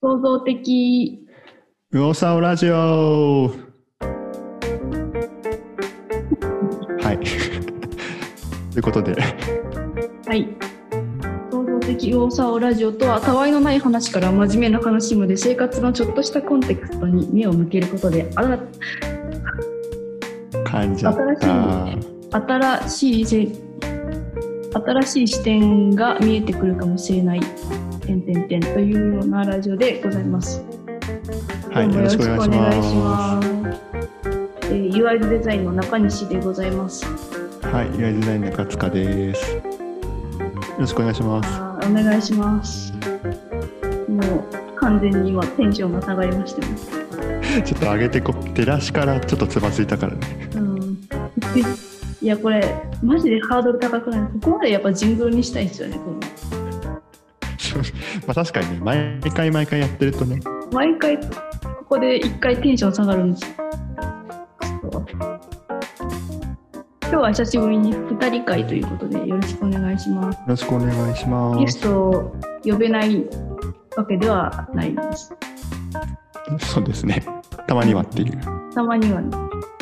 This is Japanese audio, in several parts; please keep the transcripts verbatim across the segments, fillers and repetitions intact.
創造的うおさおラジオ。はいということで、 はい、創造的うおさおラジオとは、たわいのない話から真面目な話まで、生活のちょっとしたコンテクストに目を向けることで、あら感じゃった新しい新しい新しい視点が見えてくるかもしれない点々点というようなラジオでございます。 はい、よろしくお願いします。 えー、ユーアイ デザインの中西でございます。 はい、ユーアイ デザインの中塚です。よろしくお願いします。 あ、お願いします。もう完全に今テンションが下がりましたね。 ちょっと上げてこ、出だしからちょっとつまずいたからね。 うん。いやこれマジでハードル高くない？ここまでやっぱジングルにしたいですよね。このまあ確かにね、毎回毎回やってるとね、 毎回ここで一回テンション下がるんですよ。今日は久しぶりに二人会ということで、よろしくお願いします。 よろしくお願いします。 ゲストを呼べないわけではないです。 そうですね、たまにはっていう。 たまにはね。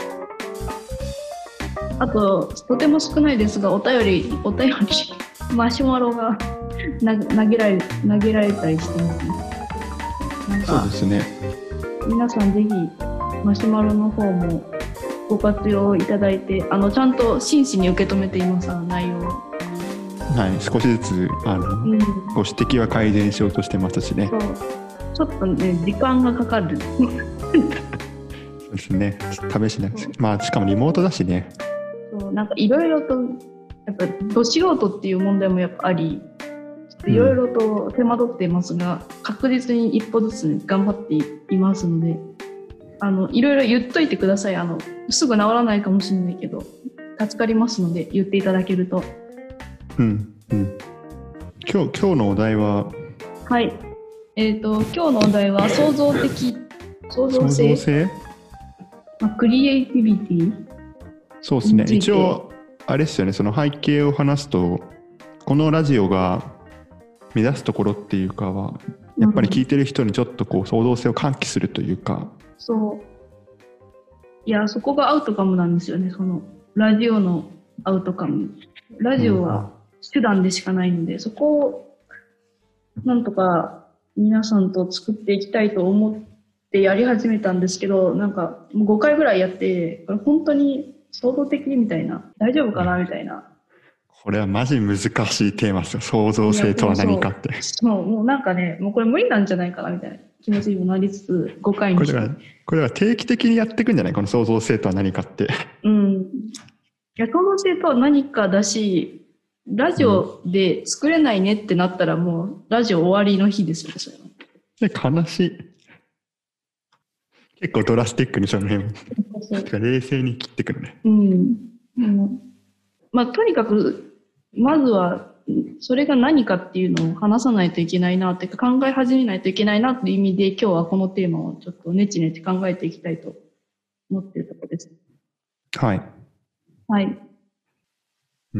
あととても少ないですが、お便りお便りマシュマロが投げられ投げられたりしてますね。なんかそうですね。 皆さんぜひマシュマロの方もご活用いただいて、あのちゃんと真摯に受け止めています、あの内容を。 はい、少しずつあの、うん、ご指摘は改善しようとしてますしね。 そう、ちょっとね時間がかかる。 そうですね。試しないです。まあしかもリモートだしね。 そう、なんかいろいろとやっぱど素人っていう問題もやっぱあり、いろいろと手間取っていますが、うん、確実に一歩ずつ、ね、頑張っていますので、あのいろいろ言っといてください。あのすぐ治らないかもしれないけど助かりますので、言っていただけると。 うんうん。今日今日のお題は、 はい、えっと今日のお題は創造的創造性、 創造性、 まあ、クリエイティビティ。 そうですね。一応あれですよね。その背景を話すと、このラジオが目指すところっていうかは、やっぱり聞いてる人にちょっとこう創造性を喚起するというか。うん、 そう。いや、そこがアウトカムなんですよね。そのラジオのアウトカム。ラジオは手段でしかないので、うん、そこをなんとか皆さんと作っていきたいと思ってやり始めたんですけど、なんかもうごかいぐらいやって、これ本当に創造的みたいな、大丈夫かなみたいな。 これはマジ難しいテーマですよ。創造性とは何かって。 そう、もうなんかね、もうこれ無理なんじゃないかなみたいな気持ちにもなりつつ、ごかいにして。 これは、これは定期的にやっていくんじゃない？この創造性とは何かって。うん。 いや、創造性とは何かだし、ラジオで作れないねってなったら、もうラジオ終わりの日ですよね、それは。 悲しい。結構ドラスティックにその辺を冷静に切ってくるね。 うん。うん、まあとにかくまずはそれが何かっていうのを話さないといけないなって考え始めないといけないなっていう意味で、今日はこのテーマをちょっとネチネチ考えていきたいと思っているところです。 はい。 はい。 うん。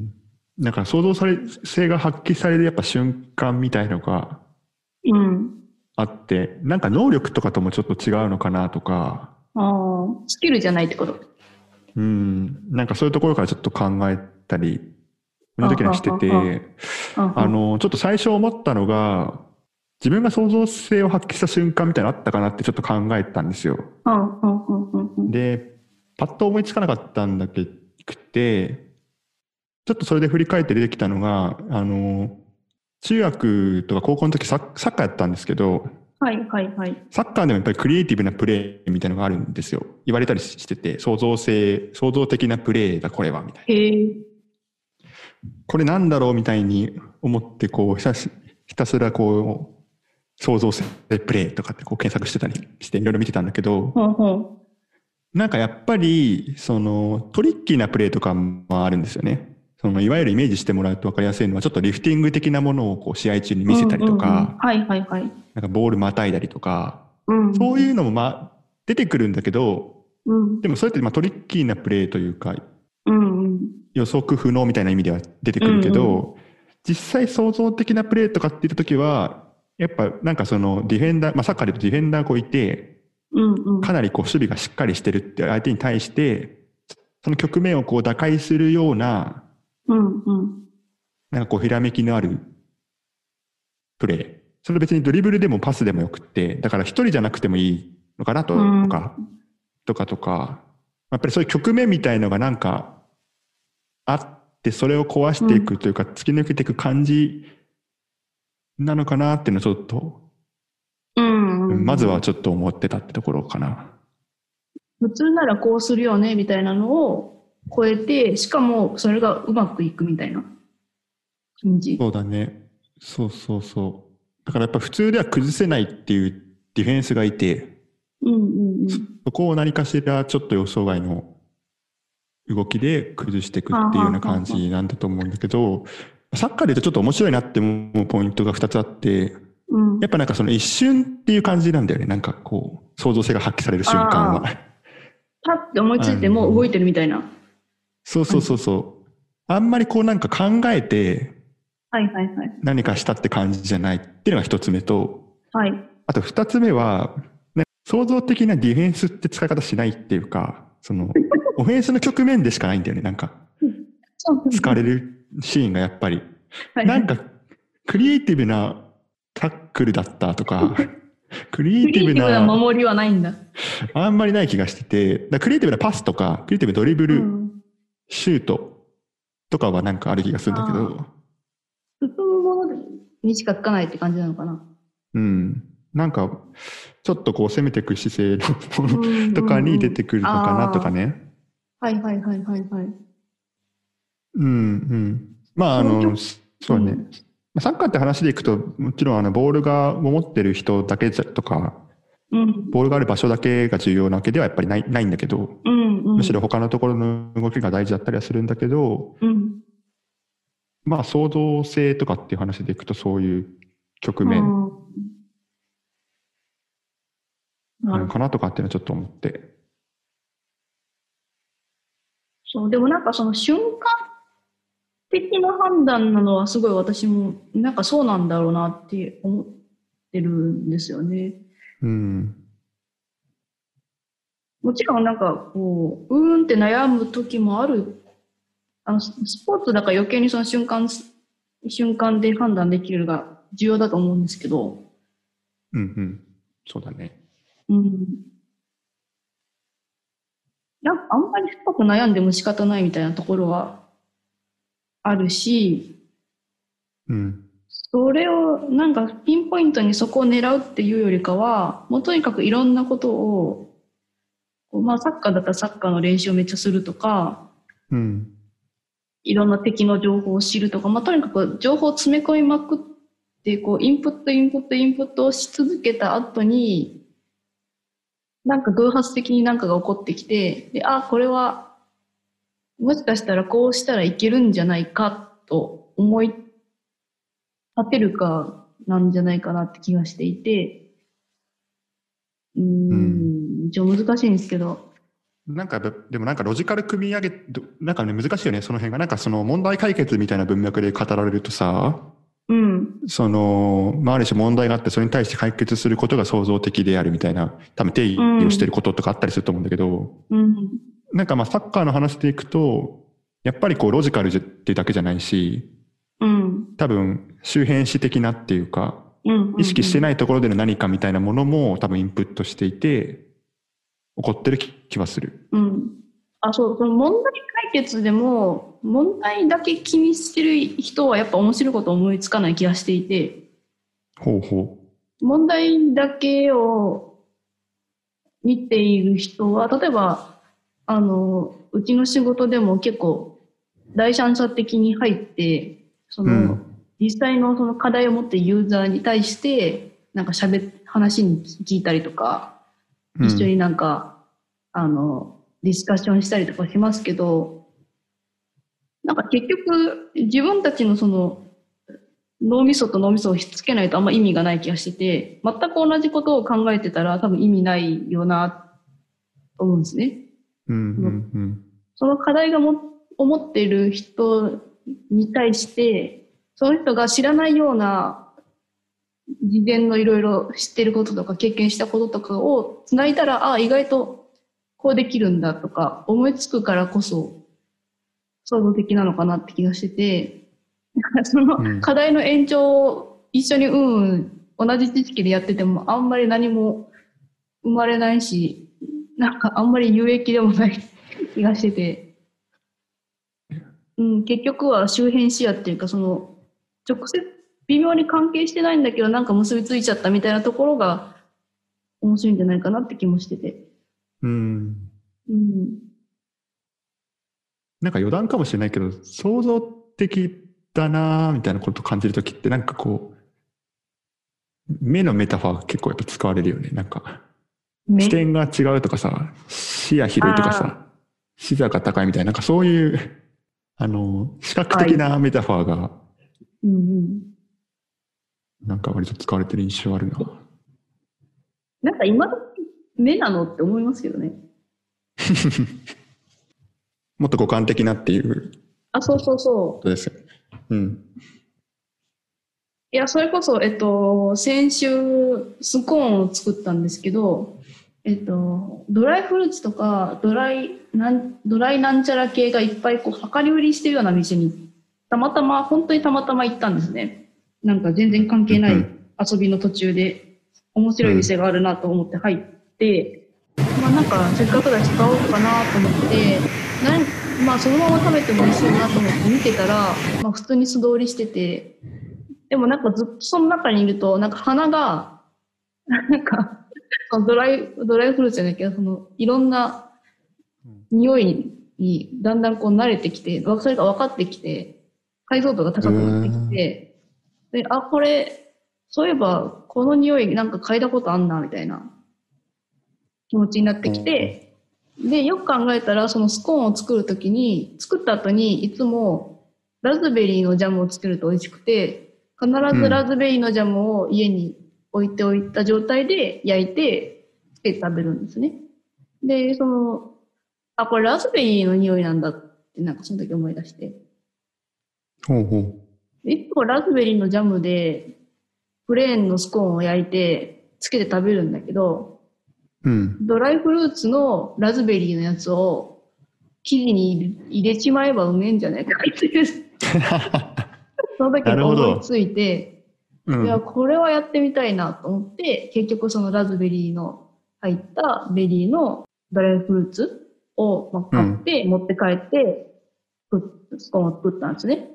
なんか創造性が発揮されるやっぱ瞬間みたいのがあって、うん、なんか能力とかともちょっと違うのかなとか。 ああ、スキルじゃないってこと。 うん、なんかそういうところからちょっと考えたりその時にはしてて、あのちょっと最初思ったのが、自分が創造性を発揮した瞬間みたいなのあったかなってちょっと考えたんですよ。でパッと思いつかなかったんだけど、ちょっとそれで振り返って出てきたのが、あの中学とか高校の時サッカーやったんですけど、 はいはいはい、 サッカーでもやっぱりクリエイティブなプレーみたいなのがあるんですよ。言われたりしてて、創造性、創造的なプレーだこれはみたいな。へー、これなんだろうみたいに思って、こうひたすひたすらこう創造性プレーとかってこう検索してたりしていろいろ見てたんだけど、ほうほう、なんかやっぱりそのトリッキーなプレーとかもあるんですよね。そのいわゆるイメージしてもらうと分かりやすいのは、ちょっとリフティング的なものをこう試合中に見せたりとか、なんかボールまたいだりとか、うんうん、そういうのもまあ出てくるんだけど、うん、でもそれってまあトリッキーなプレーというか、うんうん、予測不能みたいな意味では出てくるけど、うんうん、実際創造的なプレーとかって言った時はやっぱなんかそのディフェンダー、まあ、サッカーで言うとディフェンダーがいて、 うんうん、 かなりこう守備がしっかりしてるって相手に対して、その局面をこう打開するような、 うんうん、 なんかこうひらめきのあるプレー。それ別にドリブルでもパスでもよくって、だから一人じゃなくてもいいのかなとか、うん、とかとか、やっぱりそういう局面みたいのがなんかあって、それを壊していくというか、突き抜けていく感じなのかなっていうのをちょっと、 うんうん、 まずはちょっと思ってたってところかな。 普通ならこうするよねみたいなのを超えて、しかもそれがうまくいくみたいな感じ。 そうだね。そうそうそう。だからやっぱ普通では崩せないっていうディフェンスがいて、 うんうんうん、 そこを何かしらちょっと予想外の動きで崩していくっていうような感じなんだと思うんだけど、サッカーで言うとちょっと面白いなって思うポイントがふたつあって、うん、やっぱなんかその一瞬っていう感じなんだよね。なんかこう創造性が発揮される瞬間は。 パッて思いついてもう動いてるみたいな。 そうそうそうそう。あんまりこうなんか考えて何かしたって感じじゃないっていうのが一つ目と、 はい、 あと二つ目は、ね、創造的なディフェンスって使い方しないっていうか、そのオフェンスの局面でしかないんだよね。なんか使われるシーンがやっぱり、はい、なんかクリエイティブなタックルだったとかクリエイティブな守りはないんだ。 あんまりない気がしてて、だクリエイティブなパスとかクリエイティブドリブル、うん、シュートとかはなんかある気がするんだけど、 進むものにしかつかないって感じなのかな。 うん、なんかちょっとこう攻めていく姿勢のものとかに出てくるのかなとかね。うんうんうん、 はいはいはいはいはい。 うんうん。まああのそうね、うん、サッカーって話でいくともちろんあのボールが持ってる人だけとか、うん、ボールがある場所だけが重要なわけではやっぱりない、ないんだけど、うんうん、むしろ他のところの動きが大事だったりはするんだけど、うん、まあ創造性とかっていう話でいくとそういう局面なのかなとかっていうのはちょっと思って。 そう、でもなんかその瞬間的な判断なのはすごい私もなんかそうなんだろうなって思ってるんですよね。うん。もちろんなんかこう、うーんって悩む時もある。あの、スポーツだから余計にその瞬間、瞬間で判断できるが重要だと思うんですけど。 うんうん。そうだね。 うん。なんかあんまり深く悩んでも仕方ないみたいなところはあるし、うん。それをなんかピンポイントにそこを狙うっていうよりかは、もうとにかくいろんなことを、まあサッカーだったらサッカーの練習をめっちゃするとか、うん、いろんな敵の情報を知るとか、まあとにかく情報を詰め込みまくって、こうインプットインプットインプットをし続けた後に、なんか偶発的になんかが起こってきて、で、あ、これはもしかしたらこうしたらいけるんじゃないかと思い立てるかなんじゃないかなって気がしていて、うーん、一応難しいんですけど。 なんか、でもなんかロジカル組み上げ、なんかね、難しいよね、その辺が。なんかその問題解決みたいな文脈で語られるとさ、うん。その、まあある種問題があって、それに対して解決することが創造的であるみたいな、多分定義をしてることとかあったりすると思うんだけど、うん。なんかまあサッカーの話でいくと、やっぱりこうロジカルっていうだけじゃないし、うん。多分周辺視的なっていうか、うんうんうん、意識してないところでの何かみたいなものも多分インプットしていて、起こってる気はする。 うん。あ、そう、その問題解決でも、問題だけ気にしてる人はやっぱ面白いこと思いつかない気がしていて。 ほうほう。問題だけを見ている人は、例えば、あの、うちの仕事でも結構、第三者的に入って、その、うん、実際のその課題を持っているユーザーに対して、なんか喋っ、話に聞いたりとか、一緒になんか、うん、あの、ディスカッションしたりとかしますけど、なんか結局、自分たちのその、脳みそと脳みそをひっつけないとあんま意味がない気がしてて、全く同じことを考えてたら多分意味ないよな、と思うんですね。うんうんうん、その課題がも思っている人に対して、その人が知らないような事前のいろいろ知ってることとか経験したこととかをつないだら、あ、意外とこうできるんだとか思いつくからこそ創造的なのかなって気がしてて、その課題の延長を一緒にうん、同じ知識でやっててもあんまり何も生まれないし、なんかあんまり有益でもない気がしてて、うん、結局は周辺視野っていうか、その直接微妙に関係してないんだけどなんか結びついちゃったみたいなところが面白いんじゃないかなって気もしてて。 うん。 うん。 なんか余談かもしれないけど、創造的だなみたいなことを感じるときって、なんかこう、目のメタファーが結構やっぱ使われるよね。なんか、視点が違うとかさ、視野広いとかさ、視座が高いみたいな、なんかそういう、あの、視覚的なメタファーが、 はいうんうん、 なんか割と使われてる印象あるな。 なんか今、目なのって思いますけどね。 もっと五感的なっていう。 あ、そうそうそう。 そうですよ。うん。 いや、それこそ、えっと、先週、スコーンを作ったんですけど、えっと、ドライフルーツとか、ドライ、なんドライなんちゃら系がいっぱいこう、量り売りしてるような店に、たまたま、本当にたまたま行ったんですね。なんか全然関係ない遊びの途中で、面白い店があるなと思って入って、うん、まあなんか、せっかくだし買おうかなと思って、なんまあそのまま食べても美味しいなと思って見てたら、まあ普通に素通りしてて、でもなんかずっとその中にいると、なんか鼻が、なんか、ドライ、ドライフルーツじゃないけど、その、いろんな匂いにだんだんこう慣れてきて、それが分かってきて、解像度が高くなってきて、で、あ、これ、そういえば、この匂いなんか嗅いだことあんな、みたいな気持ちになってきて、で、よく考えたら、そのスコーンを作るときに、作った後にいつもラズベリーのジャムを作ると美味しくて、必ずラズベリーのジャムを家に置いておいた状態で焼いて、つけて食べるんですね。で、その、あ、これラズベリーの匂いなんだってなんかその時思い出して。 ほうほう。 いつもラズベリーのジャムで、プレーンのスコーンを焼いて、つけて食べるんだけど、 うん、 ドライフルーツのラズベリーのやつを生地に入れちまえばうめえんじゃないかっていう。その時に思いついて、うん、いや、これはやってみたいなと思って、結局そのラズベリーの入ったベリーのドライフルーツを買って持って帰って、スコーンを作ったんですね。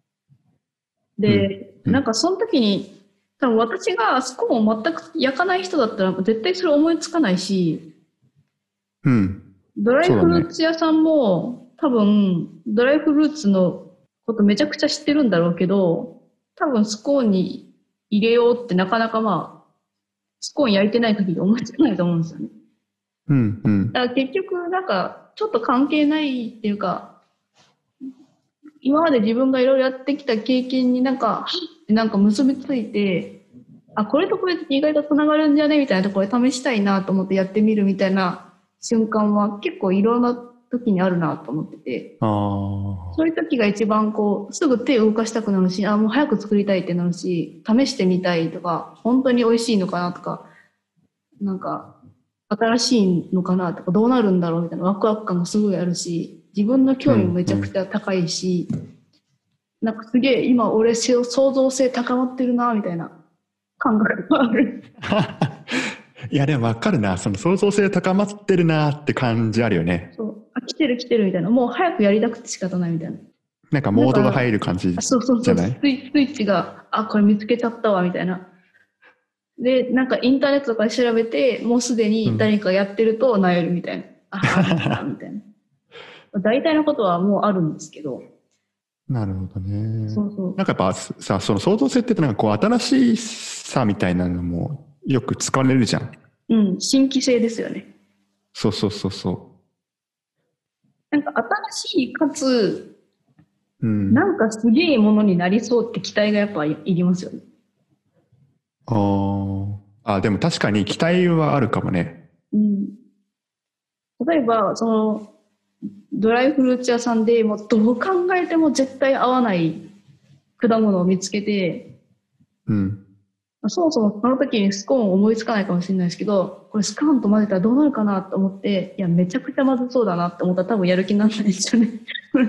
で、うん、なんかその時に、多分私がスコーンを全く焼かない人だったら絶対それ思いつかないし、 うん、 ドライフルーツ屋さんも、ね、多分ドライフルーツのことめちゃくちゃ知ってるんだろうけど、多分スコーンに入れようってなかなかまあ、スコーン焼いてない限り思いつかないと思うんですよね。 うんうん。 だから結局なんかちょっと関係ないっていうか、今まで自分がいろいろやってきた経験になんか、なんか結びついて、あ、これとこれ意外とつながるんじゃねみたいなところで試したいなと思ってやってみるみたいな瞬間は結構いろんな時にあるなと思ってて、 あそういう時が一番こうすぐ手を動かしたくなるし、あ、もう早く作りたいってなるし、試してみたいとか、本当に美味しいのかなとか、なんか新しいのかなとか、どうなるんだろうみたいなワクワク感がすごいあるし、自分の興味もめちゃくちゃ高いし、うんうん、なんかすげえ今俺創造性高まってるなみたいな感覚がある。 いやでも分かるな、その創造性高まってるなって感じあるよね。 そう、あ、来てる来てるみたいな、もう早くやりたくて仕方ないみたいな。 なんかモードが入る感じじゃない？ そうそうそう、スイッチが、あ、これ見つけちゃったわみたいな。で、なんかインターネットとかで調べて、もうすでに誰かやってるとなえるみたいな。うん、あ、みたいな。大体のことはもうあるんですけど。 なるほどね。 そうそう。 なんかやっぱさ、その創造性ってなんかこう新しさみたいなのもよく使われるじゃん。 うん、新規性ですよね。 そうそうそうそう。 なんか新しいかつ、 うん、 なんかすげえものになりそうって期待がやっぱいりますよね。 ああ、でも確かに期待はあるかもね。 うん。例えば、その、ドライフルーツ屋さんでもうどう考えても絶対合わない果物を見つけて、 うん、 そもそもその時にスコーン思いつかないかもしれないですけど、これスカーンと混ぜたらどうなるかなと思って、いや、めちゃくちゃまずそうだなって思ったら多分やる気にならないですよね。うん。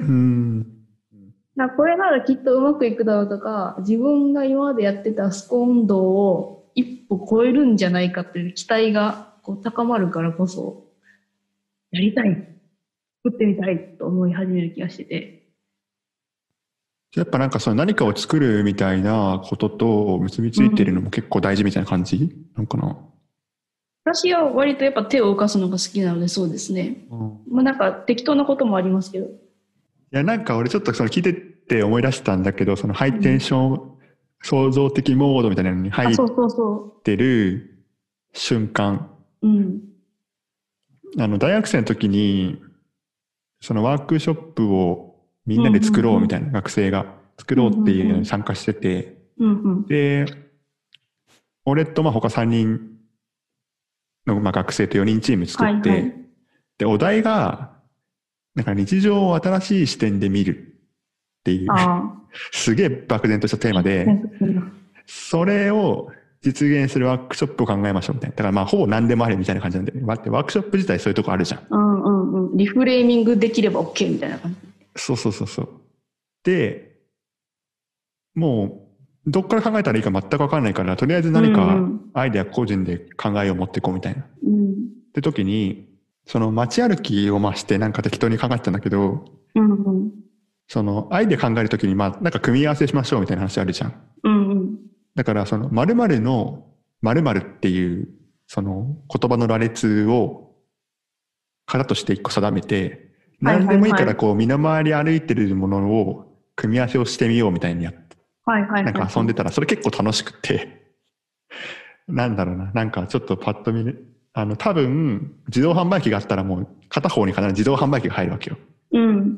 だこれならきっとうまくいくだろうとか、自分が今までやってたスコーン運動を一歩超えるんじゃないかっていう期待がこう高まるからこそ、やりたい、作ってみたいと思い始める気がしてて。 やっぱなんかその何かを作るみたいなことと結びついてるのも結構大事みたいな感じ、うん、なんかな。 私は割とやっぱ手を動かすのが好きなのでそうですね。うん、まあなんか適当なこともありますけど。いやなんか俺ちょっとその聞いてて思い出したんだけど、そのハイテンション、うん、創造的モードみたいなのに入ってる瞬間。うん、あの大学生の時にそのワークショップをみんなで作ろうみたいな、学生が作ろうっていうのに参加してて、で、俺とまあ他さんにんのまあ学生とよにんチーム作って、はいはい、で、お題が、なんか日常を新しい視点で見るっていう、すげえ漠然としたテーマで、それを実現するワークショップを考えましょうみたいな。だからまあほぼ何でもありみたいな感じなんで、ワークショップ自体そういうとこあるじゃん。 うんうんうん。リフレーミングできれば OK みたいな感じ。 そうそうそうそう。で、もう、どっから考えたらいいか全く分かんないから、とりあえず何かアイデア個人で考えを持っていこうみたいな。うん、って時に、その街歩きをましてなんか適当に考えてたんだけど、うんうん、そのアイデア考える時に、まあなんか組み合わせしましょうみたいな話あるじゃん。うんうん、だからその〇〇の〇〇っていうその言葉の羅列を型として一個定めて、何でもいいからこう身の回り歩いてるものを組み合わせをしてみようみたいにやって、はいはいはいはい、なんか遊んでたらそれ結構楽しくてなんだろうな、なんかちょっとパッと見る、あの多分自動販売機があったらもう片方に必ず自動販売機が入るわけよ。うん、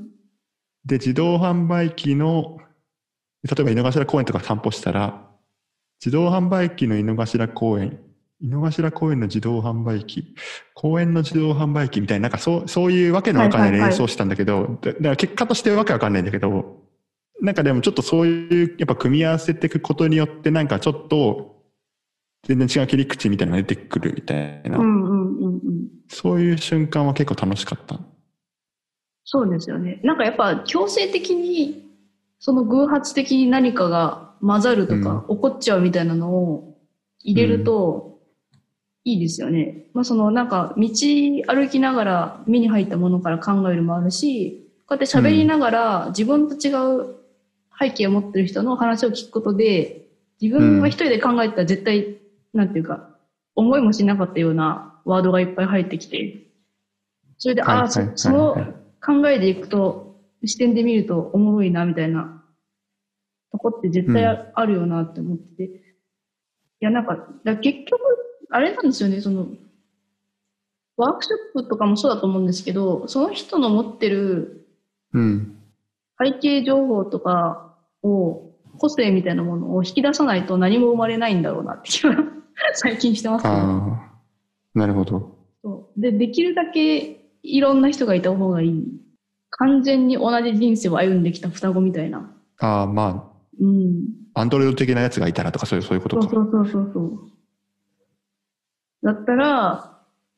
で自動販売機の例えば井の頭公園とか散歩したら自動販売機の井の頭公園、井の頭公園の自動販売機、公園の自動販売機みたいな、なんかそう、そういうわけのわかんない連想したんだけど、はいはいはい、だから結果としてわけわかんないんだけど、なんかでもちょっとそういう、やっぱ組み合わせていくことによって、なんかちょっと、全然違う切り口みたいなのが出てくるみたいな、うんうんうんうん、そういう瞬間は結構楽しかった。 そうですよね。なんかやっぱ強制的に、その偶発的に何かが混ざるとか、うん、起こっちゃうみたいなのを入れるといいですよね。うん、まあそのなんか道歩きながら目に入ったものから考えるもあるし、こうやって喋りながら自分と違う背景を持ってる人の話を聞くことで、自分は一人で考えたら絶対、なんていうか、思いもしなかったようなワードがいっぱい入ってきて、それで、ああ、その考えでいくと、視点で見るとおもろいな、みたいなとこって絶対あるよなって思ってて。うん、いや、なんか、だ結局、あれなんですよね、その、ワークショップとかもそうだと思うんですけど、その人の持ってる背景情報とかを、個性みたいなものを引き出さないと何も生まれないんだろうなって気は最近してますけど。ああ、なるほど。 そうで、できるだけいろんな人がいた方がいい。完全に同じ人生を歩んできた双子みたいな。 ああ、まあ。うん。アンドロイド的なやつがいたらとかそういう、そういうことか。 そうそうそうそう。だったら、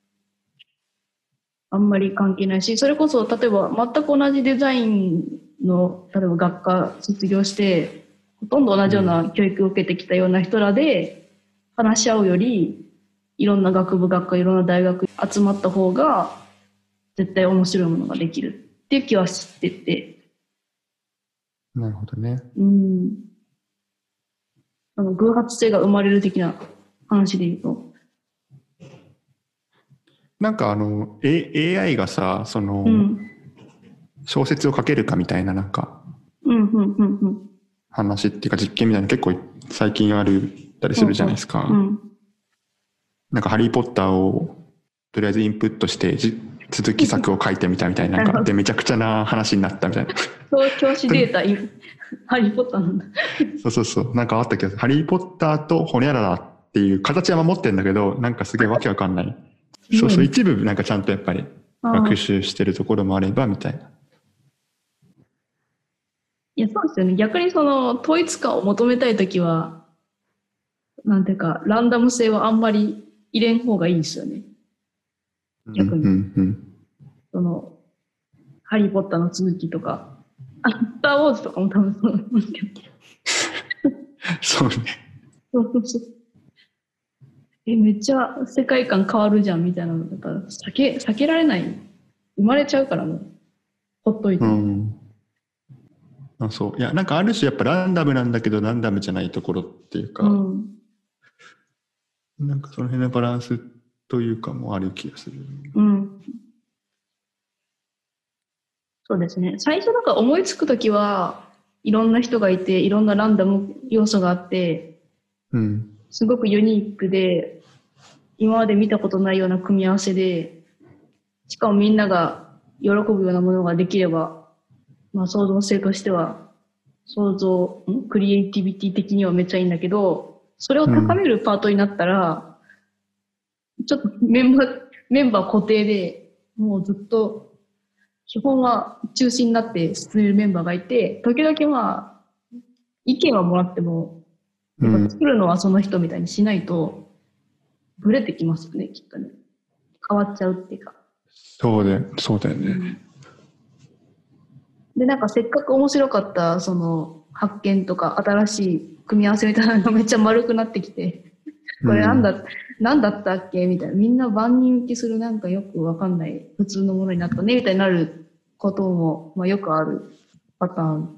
あんまり関係ないし、それこそ例えば全く同じデザインの、例えば学科卒業して、ほとんど同じような教育を受けてきたような人らで話し合うより、いろんな学部学科、いろんな大学集まった方が、絶対面白いものができるっていう気はしてて。 なるほどね。うん。 あの偶発性が生まれる的な話で言うと。 なんかあの、A、エーアイ がさ、その、うん、小説を書けるかみたいななんか、うんうんうんうん、話っていうか実験みたいなの結構最近あるたりするじゃないですか。うんうん、なんかハリーポッターをとりあえずインプットして続き作を書いてみたみたいな、なんかでめちゃくちゃな話になったみたいな。 そう教師データハリーポッターなんだ。 そうそうそう、なんかあったけど、ハリーポッターとホニャララっていう形は守ってんだけど、なんかすげえわけわかんない。そうそう、一部なんかちゃんとやっぱり学習してるところもあればみたいな。 いや、そうですよね。逆にその統一感を求めたいときは、 なんていうか、ランダム性はあんまり入れん方がいいですよね。逆に。うんうんうん、その、ハリー・ポッターの続きとか、あ、スター・ウォーズとかも多分そうなんですけど。 そうね。 そうそうそう。え、めっちゃ世界観変わるじゃんみたいなのだから避け、避けられない。生まれちゃうからもう、ほっといて。うん。 あ、そう。いや、なんかある種やっぱランダムなんだけど、ランダムじゃないところっていうか、うん、なんかその辺のバランスというかもある気がする。 うん。そうですね。最初なんか思いつくときはいろんな人がいて、いろんなランダム要素があって、うん、すごくユニークで、今まで見たことないような組み合わせで、しかもみんなが喜ぶようなものができれば、まあ創造性としては、創造、んクリエイティビティ的にはめっちゃいいんだけど、それを高めるパートになったら、うん、ちょっとメンバー、メンバー固定で、もうずっと、基本は中心になって進めるメンバーがいて、時々まあ、意見はもらっても、やっぱ作るのはその人みたいにしないと、ブレてきますよね、きっとね。変わっちゃうっていうか。 そうだよ、そうだよね。うん、 で、なんかせっかく面白かった、その発見とか新しい組み合わせみたいなのがめっちゃ丸くなってきて、これなんだ、うん、なんだったっけみたいな。みんな万人受けするなんかよくわかんない普通のものになったね、みたいになることも、まあ、よくあるパターン。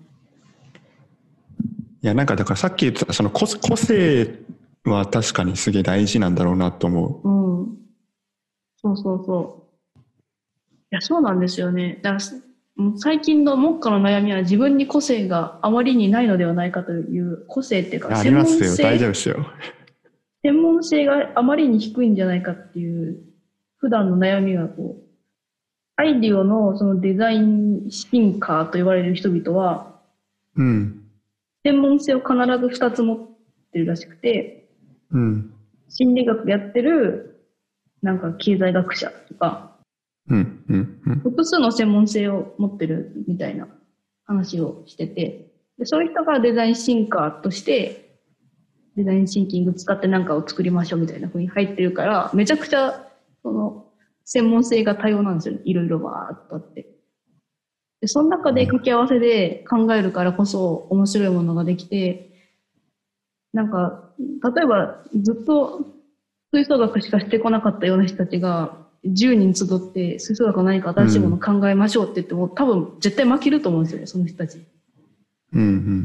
いや、なんかだからさっき言ってたその個性は確かにすげえ大事なんだろうなと思う。 うん。そうそうそう。いや、そうなんですよね。だからもう最近の目下の悩みは自分に個性があまりにないのではないかという個性っていうか、 ありますよ、大丈夫ですよ。 専門性があまりに低いんじゃないかっていう普段の悩みはこう、アイディオのそのデザインシンカーと言われる人々は、うん。専門性を必ずふたつ持ってるらしくて、うん、心理学やってるなんか経済学者とか、うんうんうん、複数の専門性を持ってるみたいな話をしてて、でそういう人がデザインシンカーとしてデザインシンキング使って何かを作りましょうみたいな風に入ってるから、めちゃくちゃその専門性が多様なんですよね。いろいろバーっとあって。で、その中で掛け合わせで考えるからこそ面白いものができて、なんか、例えばずっと吹奏楽しかしてこなかったような人たちがじゅうにん集って吹奏楽の何か新しいものを考えましょうって言っても、うん、多分絶対負けると思うんですよね、その人たち。 うんうん。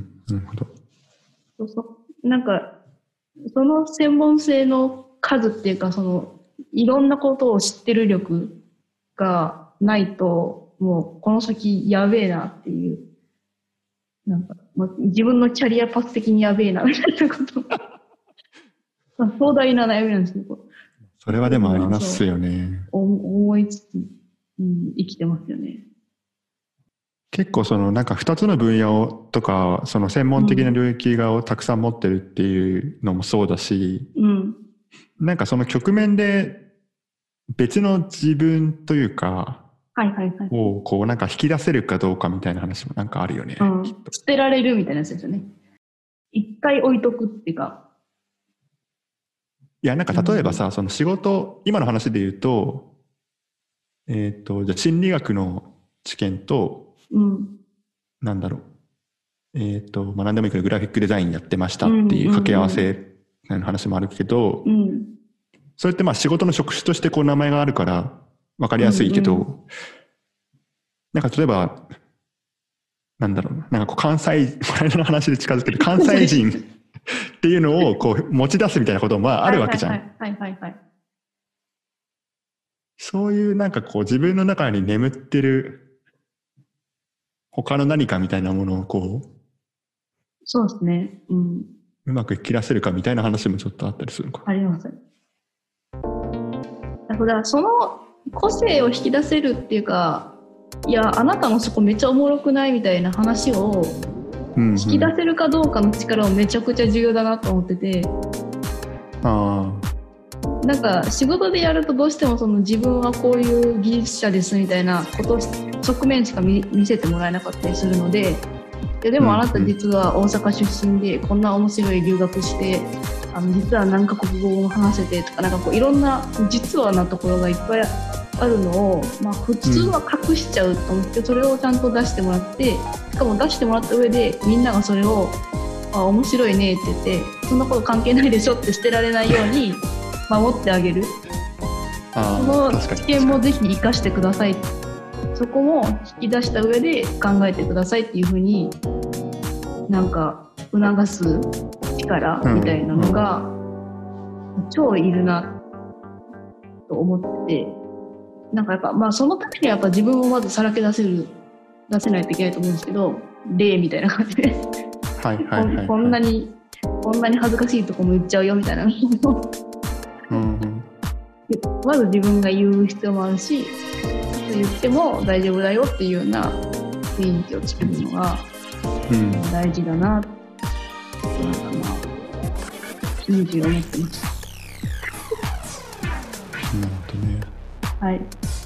なるほど。 そうそう。なんか、その専門性の数っていうか、その、いろんなことを知ってる力がないと、もうこの先やべえなっていう、なんか、自分のキャリアパス的にやべえなみたいなこと壮大な悩みなんですけど。 それはでもありますよね。 思いつつ、うん、生きてますよね。 結構そのなんか二つの分野をとか、その専門的な領域をたくさん持ってるっていうのもそうだし、うん、なんかその局面で別の自分というか、 はいはいはい。 をこうなんか引き出せるかどうかみたいな話もなんかあるよね。 うん、捨てられるみたいなやつですよね。一回置いとくっていうか。 いやなんか例えばさ、うん、その仕事、今の話で言うと、えっと、じゃあ心理学の知見と、うん、なんだろう。えっと、まあ何でもいいけどグラフィックデザインやってましたっていう掛け合わせの話もあるけど、うん、それってまあ仕事の職種としてこう名前があるから分かりやすいけど、うんうん、なんか例えば、なんだろうな、なんかこう関西、この間の話で近づける関西人っていうのをこう持ち出すみたいなこともまああるわけじゃん。はいはいはいはい。そういうなんかこう自分の中に眠ってる他の何かみたいなものをこう、 そうですね。うん。 うまく引き出せるかみたいな話もちょっとあったりするのか。 あります。だからその個性を引き出せるっていうか、いやあなたのそこめっちゃおもろくないみたいな話を引き出せるかどうかの力もめちゃくちゃ重要だなと思ってて、ああ、なんか仕事でやるとどうしてもその自分はこういう技術者ですみたいなこと側面しか 見, 見せてもらえなかったりするので、いやでもあなた実は大阪出身でこんな面白い留学してあの実は何カ国語も話せてとか、なんかこういろんな実はなところがいっぱいあるのを、まあ、普通は隠しちゃうと思って、うん、それをちゃんと出してもらって、しかも出してもらった上でみんながそれをあ面白いねって言って、そんなこと関係ないでしょって捨てられないように守ってあげる。 あその知見もぜひ生かしてください、そこも引き出した上で考えてくださいっていう風になんか促す力みたいなのが超いるなと思って、なんかやっぱまあそのためにはやっぱ自分をまずさらけ出せる出せないといけないと思うんですけど、例みたいな感じではいはいはい、はい、 こんなにこんなに恥ずかしいとこも言っちゃうよみたいなのをうん、うん、まず自分が言う必要もあるし、言っても大丈夫だよっていうような雰囲気を作るのが大事だなって、うん、なんかまあ信じ思ってます。 なるほどね。 はい。